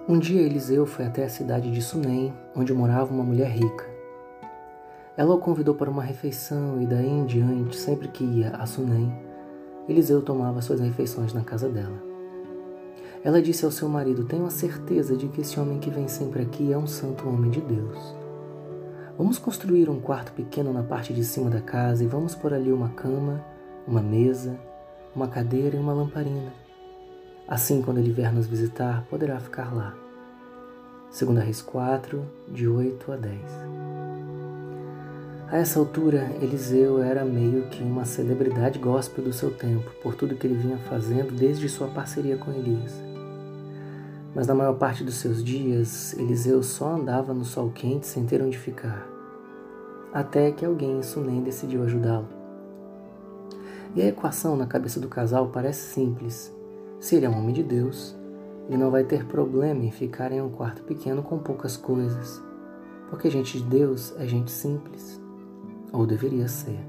Um dia Eliseu foi até a cidade de Sunem, onde morava uma mulher rica. Ela o convidou para uma refeição e daí em diante, sempre que ia a Sunem, Eliseu tomava suas refeições na casa dela. Ela disse ao seu marido: "Tenho a certeza de que esse homem que vem sempre aqui é um santo homem de Deus. Vamos construir um quarto pequeno na parte de cima da casa e vamos pôr ali uma cama, uma mesa, uma cadeira e uma lamparina. Assim, quando ele vier nos visitar, poderá ficar lá." 2 Reis 4, de 8 a 10. A essa altura, Eliseu era meio que uma celebridade gospel do seu tempo, por tudo que ele vinha fazendo desde sua parceria com Elias. Mas na maior parte dos seus dias, Eliseu só andava no sol quente sem ter onde ficar. Até que alguém em Sunem decidiu ajudá-lo. E a equação na cabeça do casal parece simples. Se ele é um homem de Deus, ele não vai ter problema em ficar em um quarto pequeno com poucas coisas, porque gente de Deus é gente simples, ou deveria ser.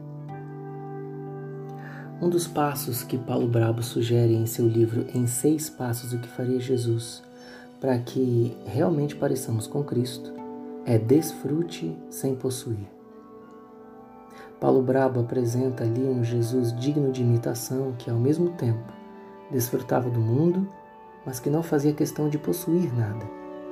Um dos passos que Paulo Brabo sugere em seu livro Em 6 Passos o que Faria Jesus, para que realmente pareçamos com Cristo, é desfrute sem possuir. Paulo Brabo apresenta ali um Jesus digno de imitação que, ao mesmo tempo, desfrutava do mundo, mas que não fazia questão de possuir nada.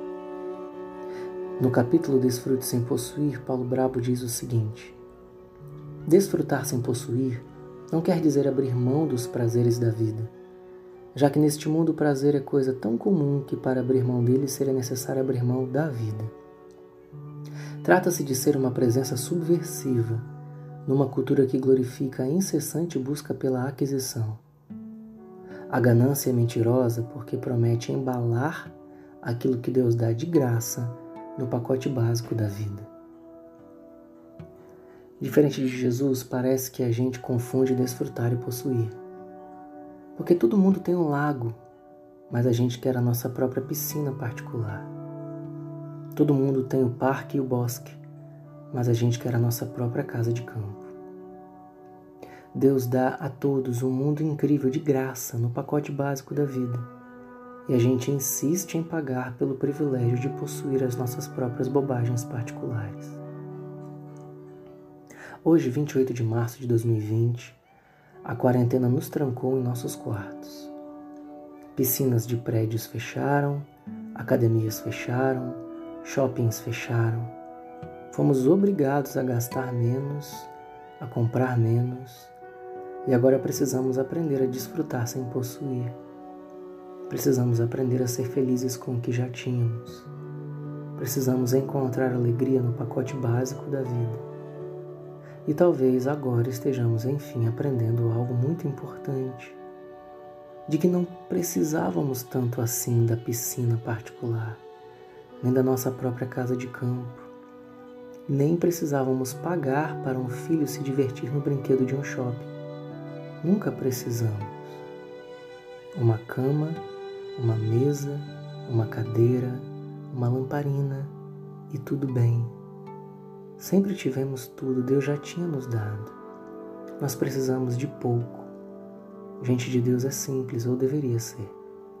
No capítulo Desfrute sem possuir, Paulo Brabo diz o seguinte: desfrutar sem possuir não quer dizer abrir mão dos prazeres da vida, já que neste mundo o prazer é coisa tão comum que para abrir mão dele seria necessário abrir mão da vida. Trata-se de ser uma presença subversiva, numa cultura que glorifica a incessante busca pela aquisição. A ganância é mentirosa porque promete embalar aquilo que Deus dá de graça no pacote básico da vida. Diferente de Jesus, parece que a gente confunde desfrutar e possuir. Porque todo mundo tem um lago, mas a gente quer a nossa própria piscina particular. Todo mundo tem o parque e o bosque, mas a gente quer a nossa própria casa de campo. Deus dá a todos um mundo incrível de graça no pacote básico da vida, e a gente insiste em pagar pelo privilégio de possuir as nossas próprias bobagens particulares. Hoje, 28 de março de 2020, a quarentena nos trancou em nossos quartos. Piscinas de prédios fecharam, academias fecharam, shoppings fecharam. Fomos obrigados a gastar menos, a comprar menos, e agora precisamos aprender a desfrutar sem possuir. Precisamos aprender a ser felizes com o que já tínhamos. Precisamos encontrar alegria no pacote básico da vida. E talvez agora estejamos, enfim, aprendendo algo muito importante, de que não precisávamos tanto assim da piscina particular, nem da nossa própria casa de campo, nem precisávamos pagar para um filho se divertir no brinquedo de um shopping. Nunca precisamos. Uma cama, uma mesa, uma cadeira, uma lamparina e tudo bem. Sempre tivemos tudo, Deus já tinha nos dado. Nós precisamos de pouco. Gente de Deus é simples, ou deveria ser.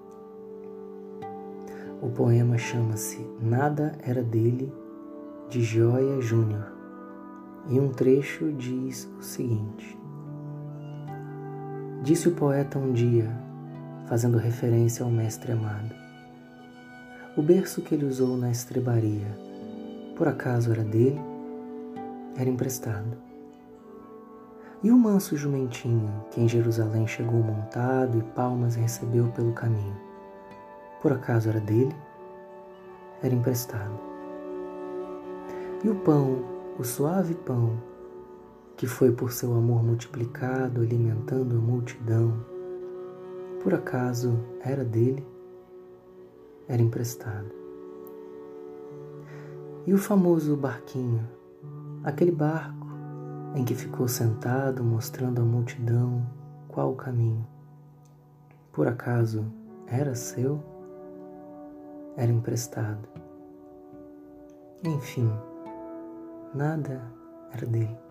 O poema chama-se Nada Era Dele, de Gioia Júnior, e um trecho diz o seguinte: disse o poeta um dia, fazendo referência ao mestre amado: o berço que ele usou na estrebaria, por acaso era dele? Era emprestado. E o manso jumentinho que em Jerusalém chegou montado e palmas recebeu pelo caminho, por acaso era dele? Era emprestado. E o pão, o suave pão, que foi por seu amor multiplicado, alimentando a multidão, por acaso era dele? Era emprestado. E o famoso barquinho, aquele barco em que ficou sentado mostrando à multidão qual o caminho, por acaso era seu? Era emprestado. Enfim, nada era dele.